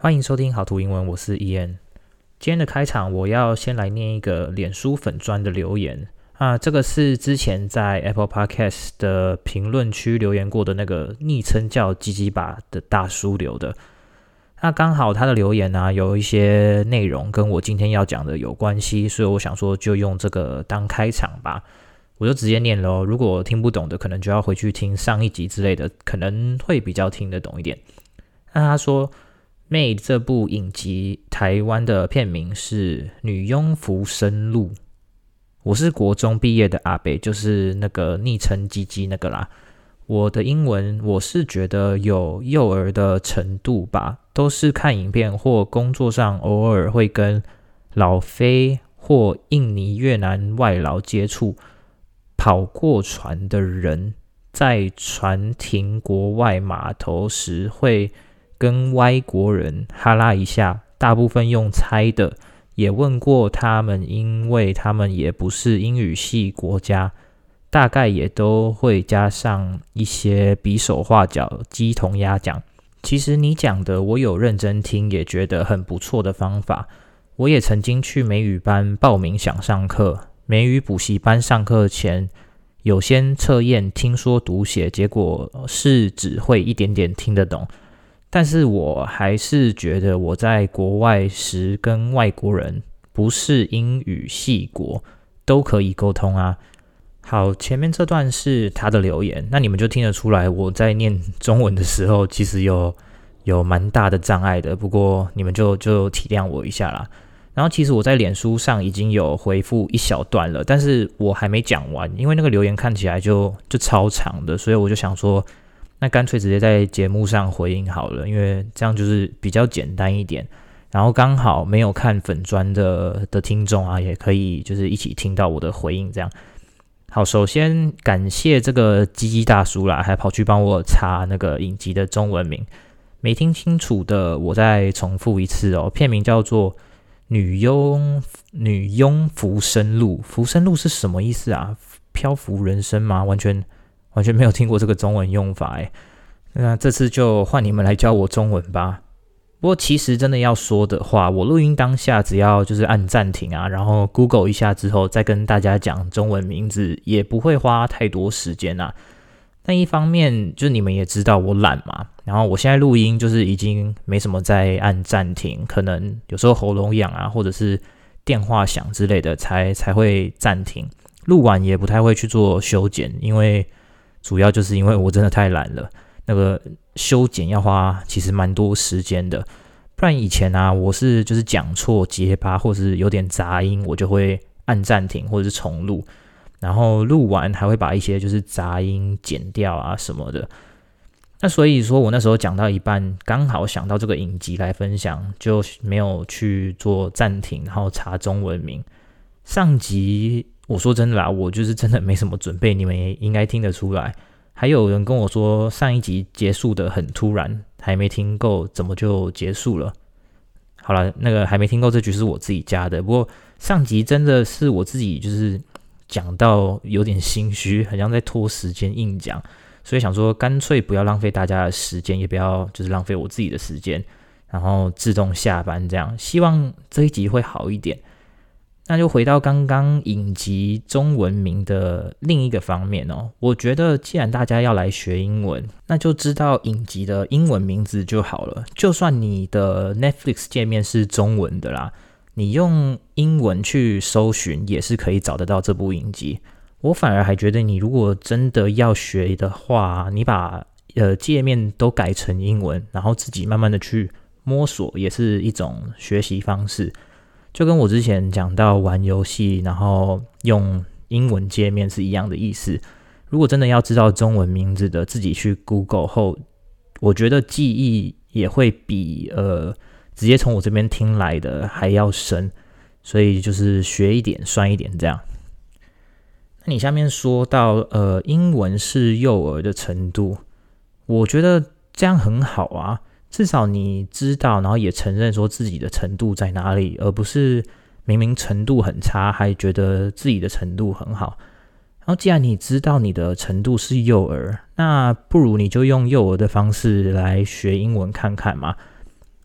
欢迎收听好图英文，我是 Ian。今天的开场，我要先来念一个脸书粉专的留言这个是之前在 Apple Podcast 的评论区留言过的那个昵称叫鸡鸡吧的大叔留的。那刚好他的留言有一些内容跟我今天要讲的有关系，所以我想说就用这个当开场吧。我就直接念了如果听不懂的，可能就要回去听上一集之类的，可能会比较听得懂一点。那他说Maid 这部影集台湾的片名是《女佣浮生录》。我是国中毕业的阿北，就是那个昵称鸡鸡那个啦。我的英文我是觉得有幼儿的程度吧，都是看影片或工作上偶尔会跟老菲或印尼越南外劳接触，跑过船的人在船停国外码头时会跟外国人哈拉一下，大部分用猜的，也问过他们，因为他们也不是英语系国家，大概也都会加上一些比手画脚、鸡同鸭讲。其实你讲的我有认真听，也觉得很不错的方法。我也曾经去美语班报名想上课，美语补习班上课前有先测验听说读写，结果是只会一点点听得懂。但是我还是觉得我在国外时跟外国人不是英语系国都可以沟通啊。好，前面这段是他的留言，那你们就听得出来我在念中文的时候其实有蛮大的障碍的，不过你们就体谅我一下啦。然后其实我在脸书上已经有回复一小段了，但是我还没讲完，因为那个留言看起来就超长的，所以我就想说那干脆直接在节目上回应好了，因为这样就是比较简单一点，然后刚好没有看粉专的听众也可以就是一起听到我的回应这样。好，首先感谢这个鸡鸡大叔啦，还跑去帮我查那个影集的中文名，没听清楚的我再重复一次片名叫做《女佣浮生录》。浮生录是什么意思啊？漂浮人生吗？完全没有听过这个中文用法那这次就换你们来教我中文吧。不过其实真的要说的话，我录音当下只要就是按暂停然后 Google 一下之后再跟大家讲中文名字，也不会花太多时间但一方面就是你们也知道我懒嘛，然后我现在录音就是已经没什么在按暂停，可能有时候喉咙痒或者是电话响之类的才会暂停，录完也不太会去做修剪，因为主要就是因为我真的太懒了，那个修剪要花其实蛮多时间的。不然以前我是就是讲错结巴或是有点杂音，我就会按暂停或者是重录，然后录完还会把一些就是杂音剪掉什么的。那所以说我那时候讲到一半，刚好想到这个影集来分享，就没有去做暂停然后查中文名。上集我说真的啦，我就是真的没什么准备，你们也应该听得出来。还有人跟我说上一集结束的很突然，还没听够怎么就结束了。好了，那个还没听够这句是我自己加的，不过上集真的是我自己就是讲到有点心虚，很像在拖时间硬讲，所以想说干脆不要浪费大家的时间，也不要就是浪费我自己的时间，然后自动下班这样，希望这一集会好一点。那就回到刚刚影集中文名的另一个方面我觉得既然大家要来学英文，那就知道影集的英文名字就好了。就算你的 Netflix 界面是中文的啦，你用英文去搜寻也是可以找得到这部影集。我反而还觉得你如果真的要学的话，你把界面都改成英文，然后自己慢慢的去摸索，也是一种学习方式。就跟我之前讲到玩游戏然后用英文界面是一样的意思。如果真的要知道中文名字的，自己去 Google 后，我觉得记忆也会比直接从我这边听来的还要深，所以就是学一点算一点这样。那你下面说到英文是幼儿的程度，我觉得这样很好至少你知道，然后也承认说自己的程度在哪里，而不是明明程度很差还觉得自己的程度很好。然后既然你知道你的程度是幼儿，那不如你就用幼儿的方式来学英文看看嘛。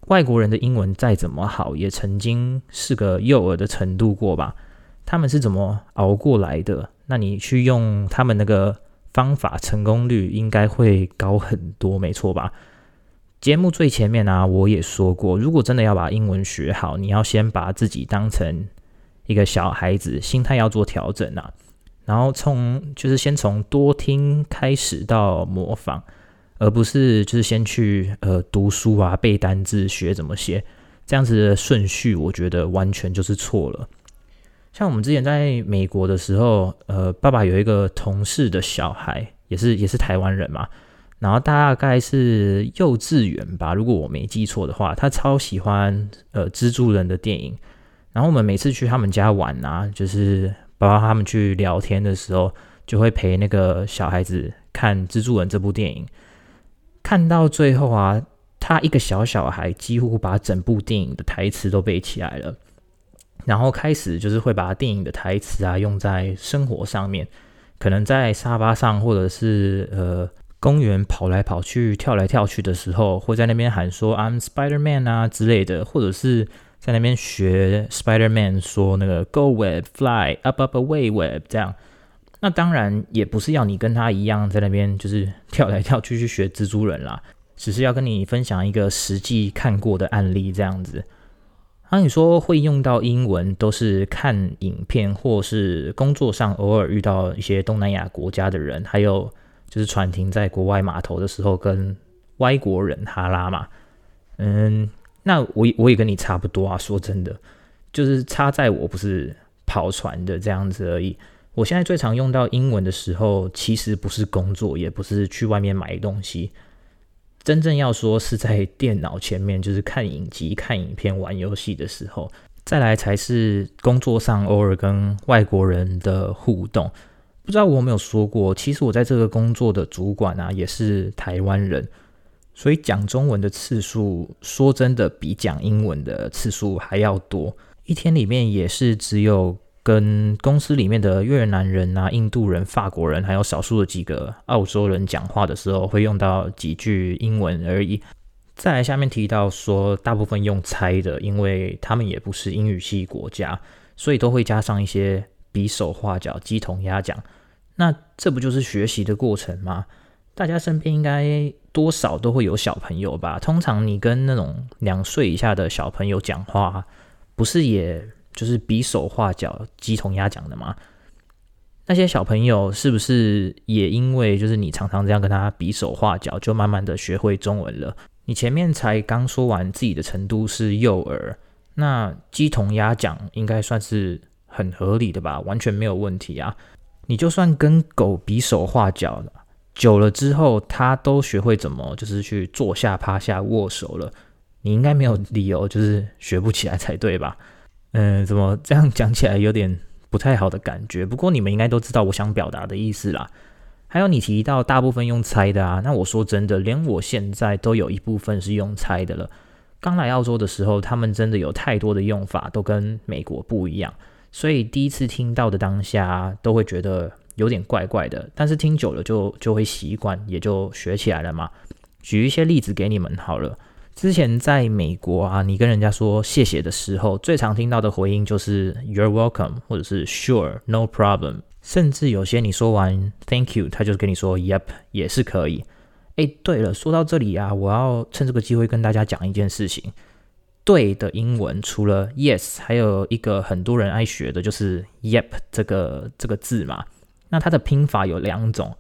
外国人的英文再怎么好，也曾经是个幼儿的程度过吧？他们是怎么熬过来的？那你去用他们那个方法，成功率应该会高很多，没错吧？节目最前面啊，我也说过，如果真的要把英文学好，你要先把自己当成一个小孩子，心态要做调整啊。然后先从多听开始到模仿，而不是就是先去读书啊，背单字，学怎么写，这样子的顺序，我觉得完全就是错了。像我们之前在美国的时候，爸爸有一个同事的小孩，也是台湾人嘛，然后大概是幼稚园吧，如果我没记错的话，他超喜欢蜘蛛人的电影，然后我们每次去他们家玩啊，就是包括他们去聊天的时候，就会陪那个小孩子看蜘蛛人这部电影，看到最后啊，他一个小孩几乎把整部电影的台词都背起来了。然后开始就是会把电影的台词啊用在生活上面，可能在沙发上或者是公园跑来跑去跳来跳去的时候，会在那边喊说 I'm Spider-Man 啊之类的，或者是在那边学 Spider-Man 说那个 Go web fly up up away web 这样。那当然也不是要你跟他一样在那边就是跳来跳去去学蜘蛛人啦，只是要跟你分享一个实际看过的案例这样子。你说会用到英文都是看影片或是工作上偶尔遇到一些东南亚国家的人，还有就是船停在国外码头的时候跟外国人哈拉嘛。那我也跟你差不多啊，说真的，就是差在我不是跑船的这样子而已。我现在最常用到英文的时候，其实不是工作，也不是去外面买东西，真正要说是在电脑前面，就是看影集、看影片、玩游戏的时候，再来才是工作上偶尔跟外国人的互动。不知道我有没有说过，其实我在这个工作的主管啊，也是台湾人，所以讲中文的次数，说真的比讲英文的次数还要多。一天里面也是只有跟公司里面的越南人啊、印度人、法国人，还有少数的几个澳洲人讲话的时候，会用到几句英文而已。再来下面提到说，大部分用猜的，因为他们也不是英语系国家，所以都会加上一些比手画脚、鸡同鸭讲。那这不就是学习的过程吗？大家身边应该多少都会有小朋友吧？通常你跟那种2岁以下的小朋友讲话，不是也就是比手画脚、鸡同鸭讲的吗？那些小朋友是不是也因为就是你常常这样跟他比手画脚，就慢慢的学会中文了？你前面才刚说完自己的程度是幼儿，那鸡同鸭讲应该算是很合理的吧？完全没有问题啊！你就算跟狗比手画脚了，久了之后他都学会怎么就是去坐下、趴下、握手了，你应该没有理由就是学不起来才对吧？怎么这样讲起来有点不太好的感觉，不过你们应该都知道我想表达的意思啦。还有你提到大部分用猜的啊，那我说真的，连我现在都有一部分是用猜的了。刚来澳洲的时候，他们真的有太多的用法都跟美国不一样，所以第一次听到的当下都会觉得有点怪怪的，但是听久了就会习惯，也就学起来了嘛。举一些例子给你们好了。之前在美国啊，你跟人家说谢谢的时候，最常听到的回应就是 You're welcome 或者是 Sure No problem， 甚至有些你说完 Thank you， 他就跟你说 Yep 也是可以。对了，说到这里啊，我要趁这个机会跟大家讲一件事情。对的英文除了 Yes， 还有一个很多人爱学的就是 Yep 这个字嘛。那它的拼法有2种，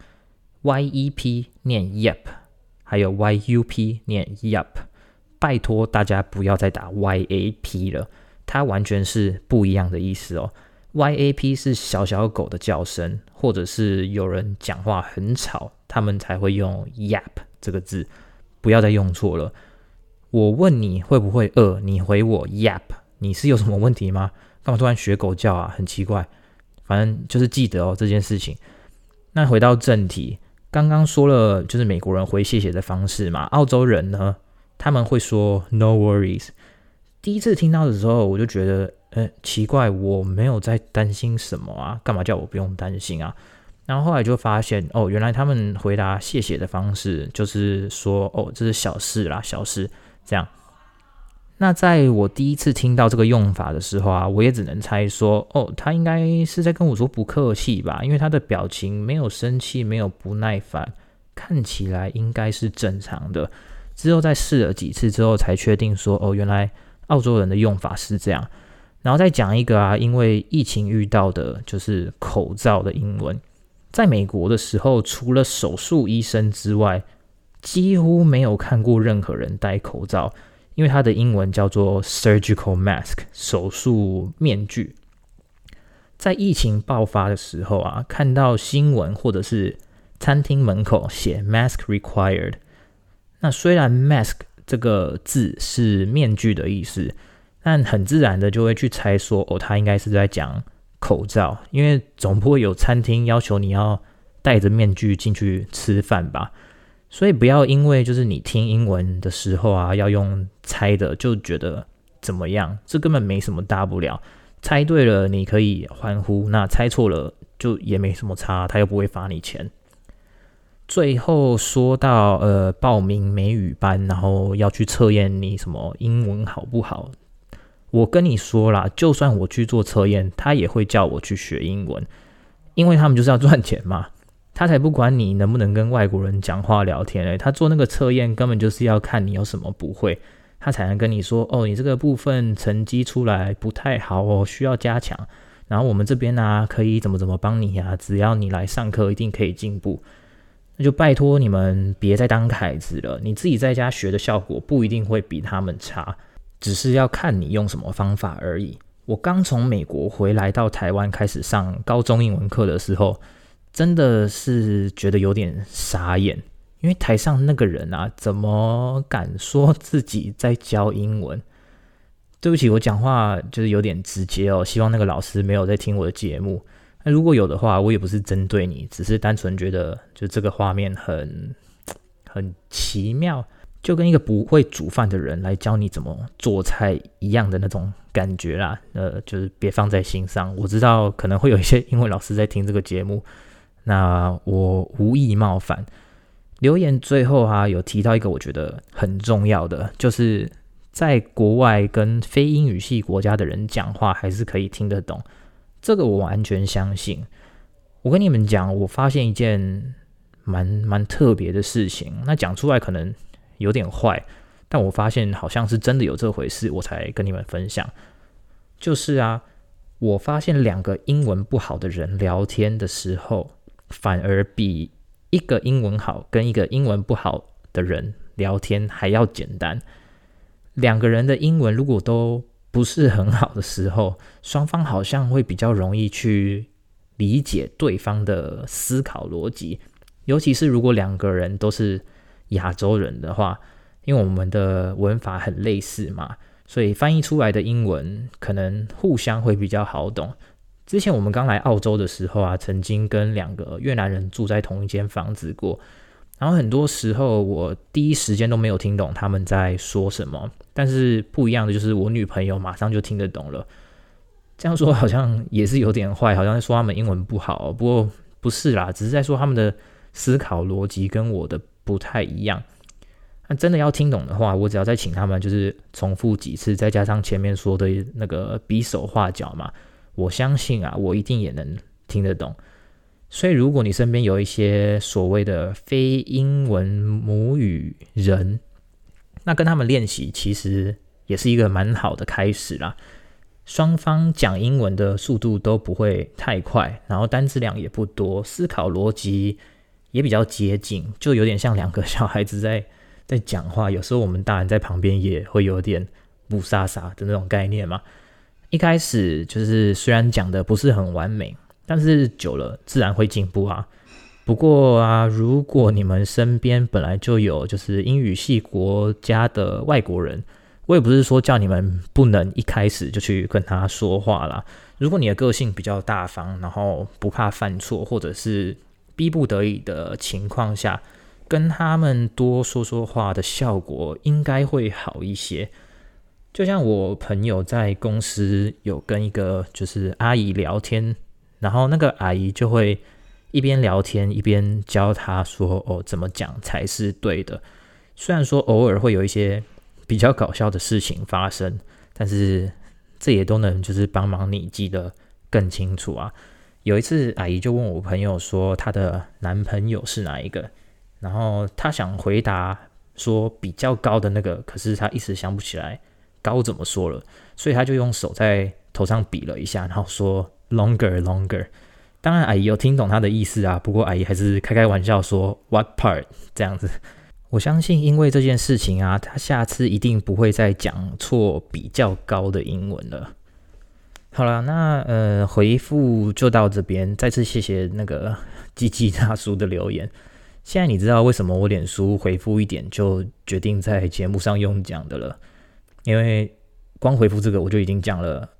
YEP 念 Yep， 还有 YUP 念 Yup。拜托大家不要再打 YAP 了，它完全是不一样的意思哦。YAP 是小小狗的叫声，或者是有人讲话很吵，他们才会用 Yap 这个字，不要再用错了。我问你会不会饿，你回我 Yap， 你是有什么问题吗？干嘛突然学狗叫啊？很奇怪。反正就是记得哦这件事情。那回到正题，刚刚说了就是美国人回谢谢的方式嘛，澳洲人呢？他们会说 No worries。 第一次听到的时候我就觉得奇怪，我没有在担心什么啊，干嘛叫我不用担心啊？然后后来就发现原来他们回答谢谢的方式就是说这是小事啦，小事这样。 那在我第一次听到这个用法的时候啊，我也只能猜说，他应该是在跟我说不客气吧，因为他的表情没有生气，没有不耐烦，看起来应该是正常的。之后再试了几次之后才确定说，原来澳洲人的用法是这样。然后再讲一个啊，因为疫情遇到的就是口罩的英文。在美国的时候，除了手术医生之外，几乎没有看过任何人戴口罩，因为它的英文叫做 surgical mask， 手术面具。在疫情爆发的时候啊，看到新闻或者是餐厅门口写 mask required， 那虽然 mask 这个字是面具的意思，但很自然的就会去猜说，他应该是在讲口罩，因为总不会有餐厅要求你要戴着面具进去吃饭吧。所以不要因为就是你听英文的时候啊，要用猜的就觉得怎么样，这根本没什么大不了。猜对了你可以欢呼，那猜错了就也没什么差，他又不会罚你钱。最后说到报名美语班，然后要去测验你什么英文好不好，我跟你说啦，就算我去做测验，他也会叫我去学英文，因为他们就是要赚钱嘛。他才不管你能不能跟外国人讲话聊天他做那个测验根本就是要看你有什么不会，他才能跟你说你这个部分成绩出来不太好需要加强，然后我们这边啊可以怎么帮你啊，只要你来上课一定可以进步。那就拜托你们别再当凯子了，你自己在家学的效果不一定会比他们差，只是要看你用什么方法而已。我刚从美国回来到台湾开始上高中英文课的时候，真的是觉得有点傻眼，因为台上那个人啊，怎么敢说自己在教英文？对不起，我讲话就是有点直接希望那个老师没有在听我的节目。那如果有的话，我也不是针对你，只是单纯觉得就这个画面很奇妙，就跟一个不会煮饭的人来教你怎么做菜一样的那种感觉啦。就是别放在心上，我知道可能会有一些英文老师在听这个节目，那我无意冒犯。留言最后有提到一个我觉得很重要的，就是在国外跟非英语系国家的人讲话还是可以听得懂，这个我完全相信。我跟你们讲，我发现一件蛮特别的事情，那讲出来可能有点坏，但我发现好像是真的有这回事，我才跟你们分享。就是我发现两个英文不好的人聊天的时候，反而比一个英文好跟一个英文不好的人聊天还要简单。两个人的英文如果都不是很好的时候，双方好像会比较容易去理解对方的思考逻辑，尤其是如果两个人都是亚洲人的话，因为我们的文法很类似嘛，所以翻译出来的英文可能互相会比较好懂。之前我们刚来澳洲的时候曾经跟两个越南人住在同一间房子过，然后很多时候我第一时间都没有听懂他们在说什么，但是不一样的就是我女朋友马上就听得懂了。这样说好像也是有点坏，好像在说他们英文不好，不过不是啦，只是在说他们的思考逻辑跟我的不太一样。那真的要听懂的话，我只要再请他们就是重复几次，再加上前面说的那个比手画脚嘛，我相信我一定也能听得懂。所以如果你身边有一些所谓的非英文母语人，那跟他们练习其实也是一个蛮好的开始啦。双方讲英文的速度都不会太快，然后单字量也不多，思考逻辑也比较接近，就有点像两个小孩子在讲话，有时候我们大人在旁边也会有点不傻傻的那种概念嘛。一开始就是虽然讲的不是很完美，但是久了自然会进步不过如果你们身边本来就有就是英语系国家的外国人，我也不是说叫你们不能一开始就去跟他说话啦。如果你的个性比较大方，然后不怕犯错，或者是逼不得已的情况下，跟他们多说说话的效果应该会好一些。就像我朋友在公司有跟一个就是阿姨聊天，然后那个阿姨就会一边聊天一边教他说怎么讲才是对的。虽然说偶尔会有一些比较搞笑的事情发生，但是这也都能就是帮忙你记得更清楚啊。有一次阿姨就问我朋友说她的男朋友是哪一个，然后她想回答说比较高的那个，可是她一时想不起来高怎么说了，所以她就用手在头上比了一下，然后说 longer。当然阿姨有听懂她的意思啊，不过阿姨还是开玩笑说 what part 这样子。我相信因为这件事情啊，她下次一定不会再讲错比较高的英文了。好了，那回复就到这边，再次谢谢那个鸡鸡大叔的留言。现在你知道为什么我脸书回复一点就决定在节目上用讲的了，因为光回复这个我就已经讲了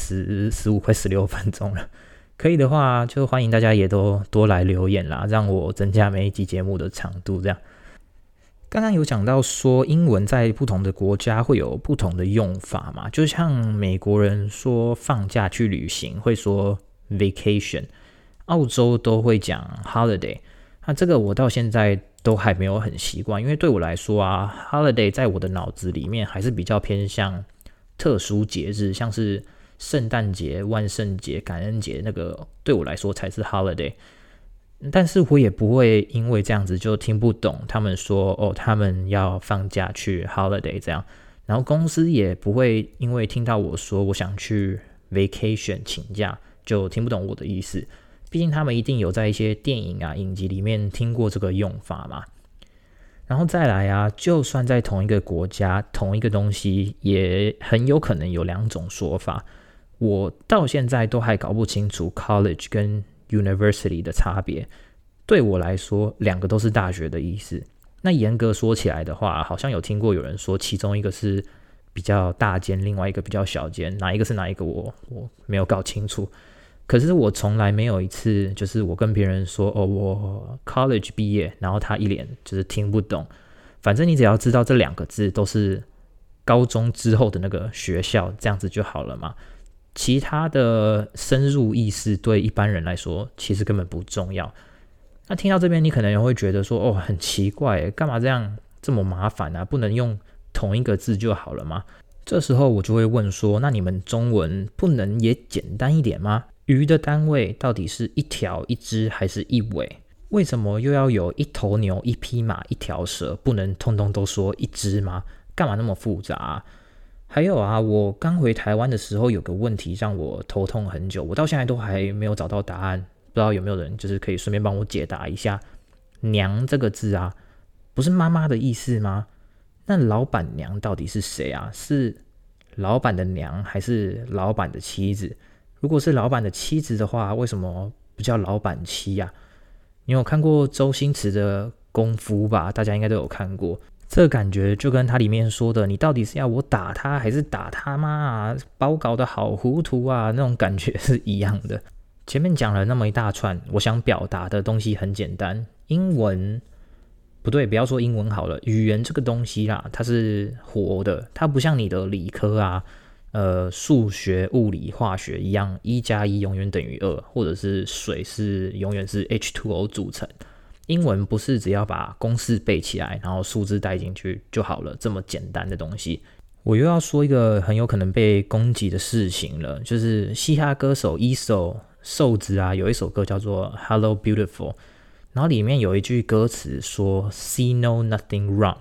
15快16分钟了。可以的话就欢迎大家也都多来留言啦，让我增加每一集节目的长度这样。刚刚有讲到说英文在不同的国家会有不同的用法嘛，就像美国人说放假去旅行会说 vacation， 澳洲都会讲 holiday。 那这个我到现在都还没有很习惯，因为对我来说啊 holiday 在我的脑子里面还是比较偏向特殊节日，像是圣诞节、万圣节、感恩节，那个对我来说才是 holiday。但是我也不会因为这样子就听不懂他们说他们要放假去 holiday 这样，然后公司也不会因为听到我说我想去 vacation 请假就听不懂我的意思，毕竟他们一定有在一些电影啊影集里面听过这个用法嘛。然后再来啊，就算在同一个国家同一个东西也很有可能有2种说法，我到现在都还搞不清楚 college 跟University 的差别。对我来说2个都是大学的意思，那严格说起来的话，好像有听过有人说其中一个是比较大间，另外一个比较小间，哪一个是哪一个我没有搞清楚。可是我从来没有一次就是我跟别人说我 college 毕业，然后他一脸就是听不懂。反正你只要知道这2个字都是高中之后的那个学校，这样子就好了嘛。其他的深入意思对一般人来说其实根本不重要。那听到这边你可能也会觉得说很奇怪耶，干嘛这么麻烦啊，不能用同一个字就好了吗？这时候我就会问说，那你们中文不能也简单一点吗？鱼的单位到底是一条、一只还是一尾？为什么又要有一头牛、一匹马、一条蛇，不能通通都说一只吗？干嘛那么复杂啊？还有啊，我刚回台湾的时候有个问题让我头痛很久，我到现在都还没有找到答案，不知道有没有人就是可以顺便帮我解答一下。娘这个字啊，不是妈妈的意思吗？那老板娘到底是谁啊？是老板的娘还是老板的妻子？如果是老板的妻子的话，为什么不叫老板妻啊？你有看过周星驰的功夫吧？大家应该都有看过。这个感觉就跟他里面说的，你到底是要我打他还是打他妈啊？把我搞得好糊涂啊，那种感觉是一样的。前面讲了那么一大串，我想表达的东西很简单。英文不对，不要说英文好了，语言这个东西啦，它是活的，它不像你的理科啊，数学、物理、化学一样，1+1永远等于2，或者是水是永远是 H2O 组成。英文不是只要把公式背起来，然后数字带进去就好了，这么简单的东西。我又要说一个很有可能被攻击的事情了，就是嘻哈歌手ESO瘦子啊，有一首歌叫做 Hello Beautiful， 然后里面有一句歌词说 See no nothing wrong，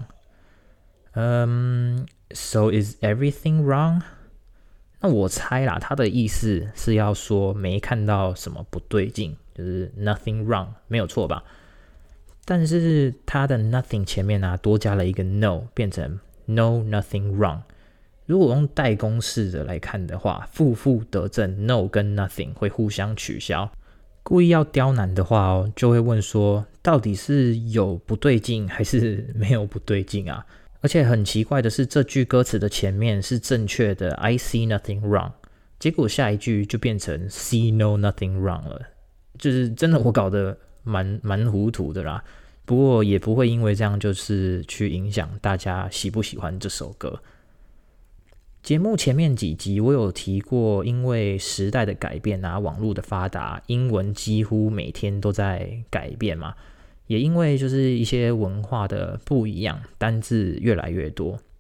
So is everything wrong？ 那我猜啦，他的意思是要说没看到什么不对劲，就是 nothing wrong， 没有错吧？但是他的 nothing 前面啊多加了一个 no， 变成 no nothing wrong。 如果用代公式的来看的话，负负得正 no 跟 nothing 会互相取消。故意要刁难的话就会问说到底是有不对劲还是没有不对劲啊？而且很奇怪的是，这句歌词的前面是正确的 I see nothing wrong， 结果下一句就变成 see no nothing wrong 了，就是真的我搞得蛮糊涂的啦。不过也不会因为这样就是去影响大家喜不喜欢这首歌。节目前面几集我有提过，因为时代的改变啊，网络的发达，英文几乎每天都在改变嘛，也因为就是一些文化的不一样，单字越来越多。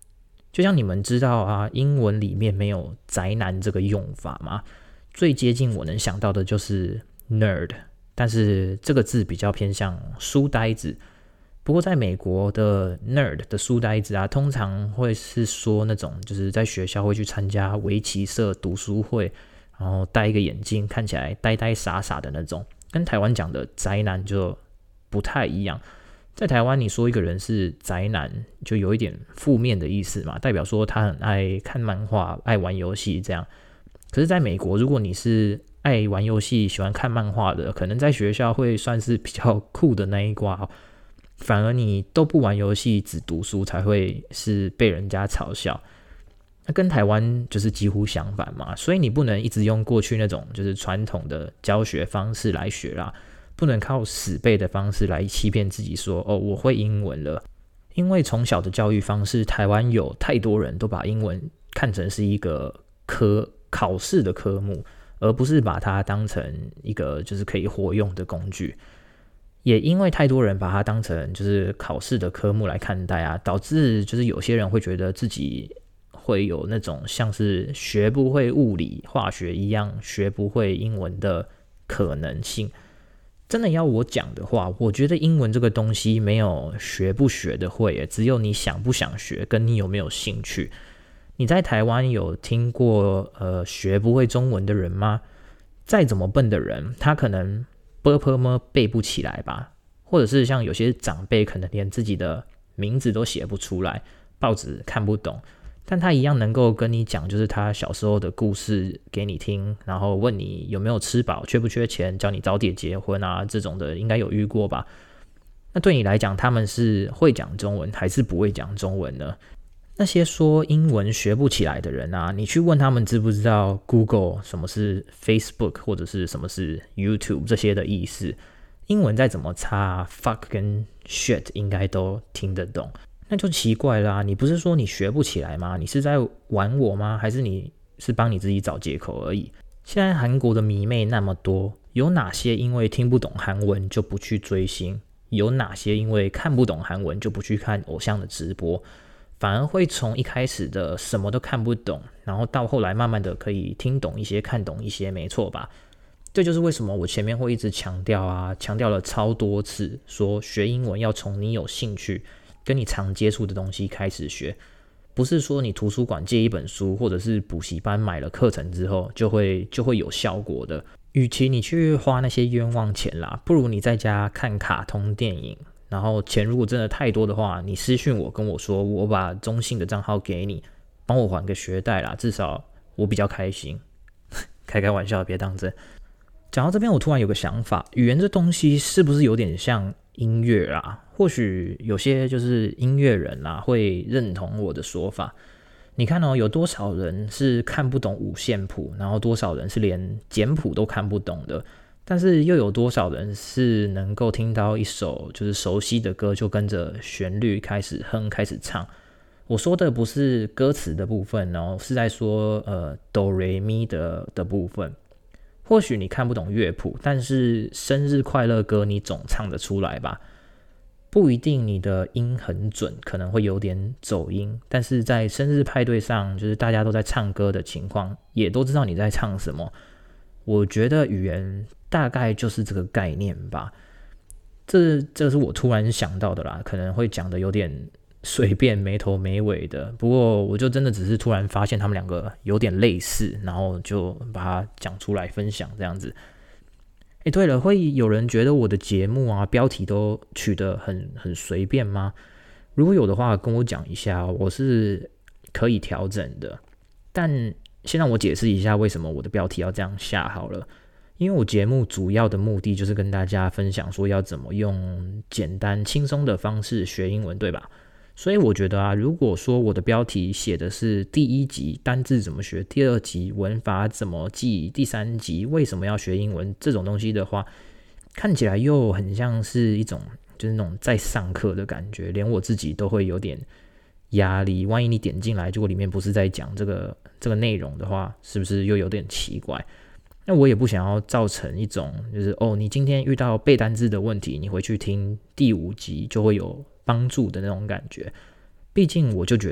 就像你们知道啊，英文里面没有宅男这个用法嘛，最接近我能想到的就是 nerd， 但是这个字比较偏向书呆子。不过在美国的 nerd 的书呆子啊，通常会是说那种就是在学校会去参加围棋社读书会，然后戴一个眼镜，看起来呆呆傻傻的那种，跟台湾讲的宅男就不太一样。在台湾，你说一个人是宅男，就有一点负面的意思嘛，代表说他很爱看漫画、爱玩游戏这样。可是在美国，如果你是爱玩游戏、喜欢看漫画的，可能在学校会算是比较酷的那一挂，反而你都不玩游戏，只读书才会是被人家嘲笑。那跟台湾就是几乎相反嘛，所以你不能一直用过去那种就是传统的教学方式来学啦，不能靠死背的方式来欺骗自己说哦我会英文了。因为从小的教育方式，台湾有太多人都把英文看成是一个考试的科目，而不是把它当成一个就是可以活用的工具。也因为太多人把它当成就是考试的科目来看待啊，导致就是有些人会觉得自己会有那种像是学不会物理化学一样学不会英文的可能性。真的要我讲的话，我觉得英文这个东西没有学不学的会，只有你想不想学跟你有没有兴趣。你在台湾有听过学不会中文的人吗？再怎么笨的人，他可能背不起来吧，或者是像有些长辈可能连自己的名字都写不出来，报纸看不懂，但他一样能够跟你讲就是他小时候的故事给你听，然后问你有没有吃饱，缺不缺钱，叫你早点结婚啊，这种的应该有遇过吧。那对你来讲，他们是会讲中文还是不会讲中文呢？那些说英文学不起来的人啊，你去问他们知不知道 Google 什么是 Facebook 或者是什么是 YouTube 这些的意思，英文再怎么差 fuck 跟 shit 应该都听得懂。那就奇怪啦，你不是说你学不起来吗？你是在玩我吗？还是你是帮你自己找借口而已？现在韩国的迷妹那么多，有哪些因为听不懂韩文就不去追星？有哪些因为看不懂韩文就不去看偶像的直播？反而会从一开始的什么都看不懂，然后到后来慢慢的可以听懂一些看懂一些，没错吧？这就是为什么我前面会一直强调了超多次，说学英文要从你有兴趣跟你常接触的东西开始学，不是说你图书馆借一本书或者是补习班买了课程之后就会有效果的。与其你去花那些冤枉钱啦，不如你在家看卡通电影，然后钱如果真的太多的话，你私讯我跟我说，我把中信的账号给你，帮我还个学贷啦，至少我比较开心。开玩笑，别当真。讲到这边，我突然有个想法，语言这东西是不是有点像音乐啊？或许有些就是音乐人啊会认同我的说法。你看有多少人是看不懂五线谱，然后多少人是连简谱都看不懂的。但是又有多少人是能够听到一首就是熟悉的歌就跟着旋律开始哼开始唱？我说的不是歌词的部分是在说哆来咪的部分。或许你看不懂乐谱，但是生日快乐歌你总唱得出来吧？不一定你的音很准，可能会有点走音，但是在生日派对上，就是大家都在唱歌的情况，也都知道你在唱什么。我觉得语言大概就是这个概念吧，这是我突然想到的啦，可能会讲的有点随便没头没尾的，不过我就真的只是突然发现他们两个有点类似，然后就把它讲出来分享这样子。对了，会有人觉得我的节目啊标题都取得很随便吗？如果有的话跟我讲一下，我是可以调整的。但先让我解释一下为什么我的标题要这样下好了。因为我节目主要的目的就是跟大家分享说要怎么用简单轻松的方式学英文，对吧？所以我觉得如果说我的标题写的是第一集单字怎么学，第二集文法怎么记，第三集为什么要学英文这种东西的话，看起来又很像是一种就是那种在上课的感觉，连我自己都会有点压力。万一你点进来结果里面不是在讲这个内容的话，是不是又有点奇怪？那我也不想要造成一种就是你今天遇到背单字的问题，你回去听第5集就会有帮助的那种感觉。毕竟我就觉得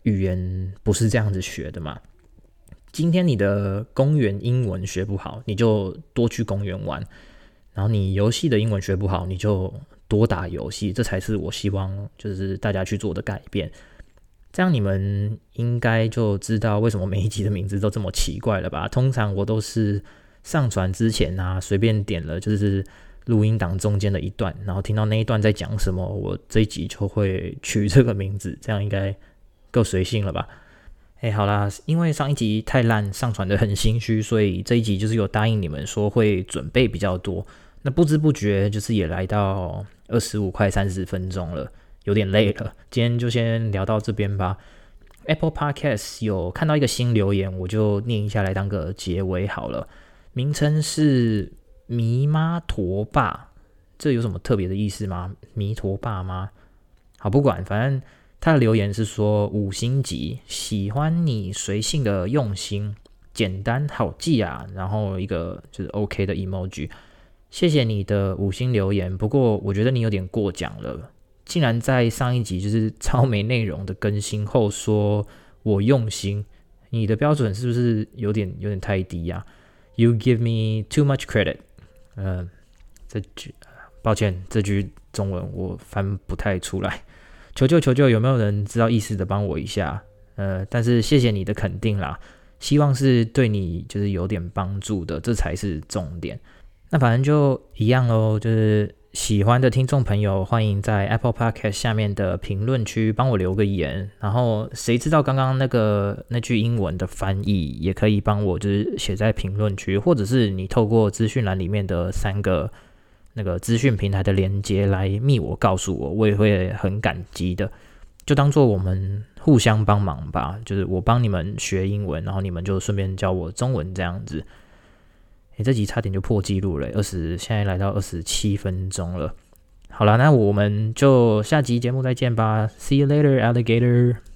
语言不是这样子学的嘛。今天你的公园英文学不好，你就多去公园玩，然后你游戏的英文学不好，你就多打游戏，这才是我希望就是大家去做的改变。这样你们应该就知道为什么每一集的名字都这么奇怪了吧？通常我都是上传之前啊，随便点了就是录音档中间的一段，然后听到那一段在讲什么，我这一集就会取这个名字，这样应该够随性了吧？好啦，因为上一集太烂，上传的很心虚，所以这一集就是有答应你们说会准备比较多。那不知不觉就是也来到25快30分钟了，有点累了。今天就先聊到这边吧。Apple Podcast 有看到一个新留言，我就念一下来当个结尾好了。名称是弥妈陀爸，这有什么特别的意思吗？弥陀爸吗？好，不管，反正他的留言是说5星级，喜欢你随性的用心，简单好记啊，然后一个就是 OK 的 emoji。谢谢你的5星留言，不过我觉得你有点过奖了，竟然在上一集就是超没内容的更新后说我用心，你的标准是不是有点太低啊？ You give me too much credit。这句抱歉，这句中文我翻不太出来。求救，有没有人知道意思的帮我一下？但是谢谢你的肯定啦，希望是对你就是有点帮助的，这才是重点。那反正就一样咯，就是喜欢的听众朋友，欢迎在 Apple Podcast 下面的评论区帮我留个言，然后谁知道刚刚那句英文的翻译，也可以帮我就是写在评论区，或者是你透过资讯栏里面的3个那个资讯平台的连结来密我告诉我，我也会很感激的，就当做我们互相帮忙吧，就是我帮你们学英文，然后你们就顺便教我中文这样子。这集差点就破纪录了，现在来到27分钟了。好了，那我们就下集节目再见吧。See you later, alligator.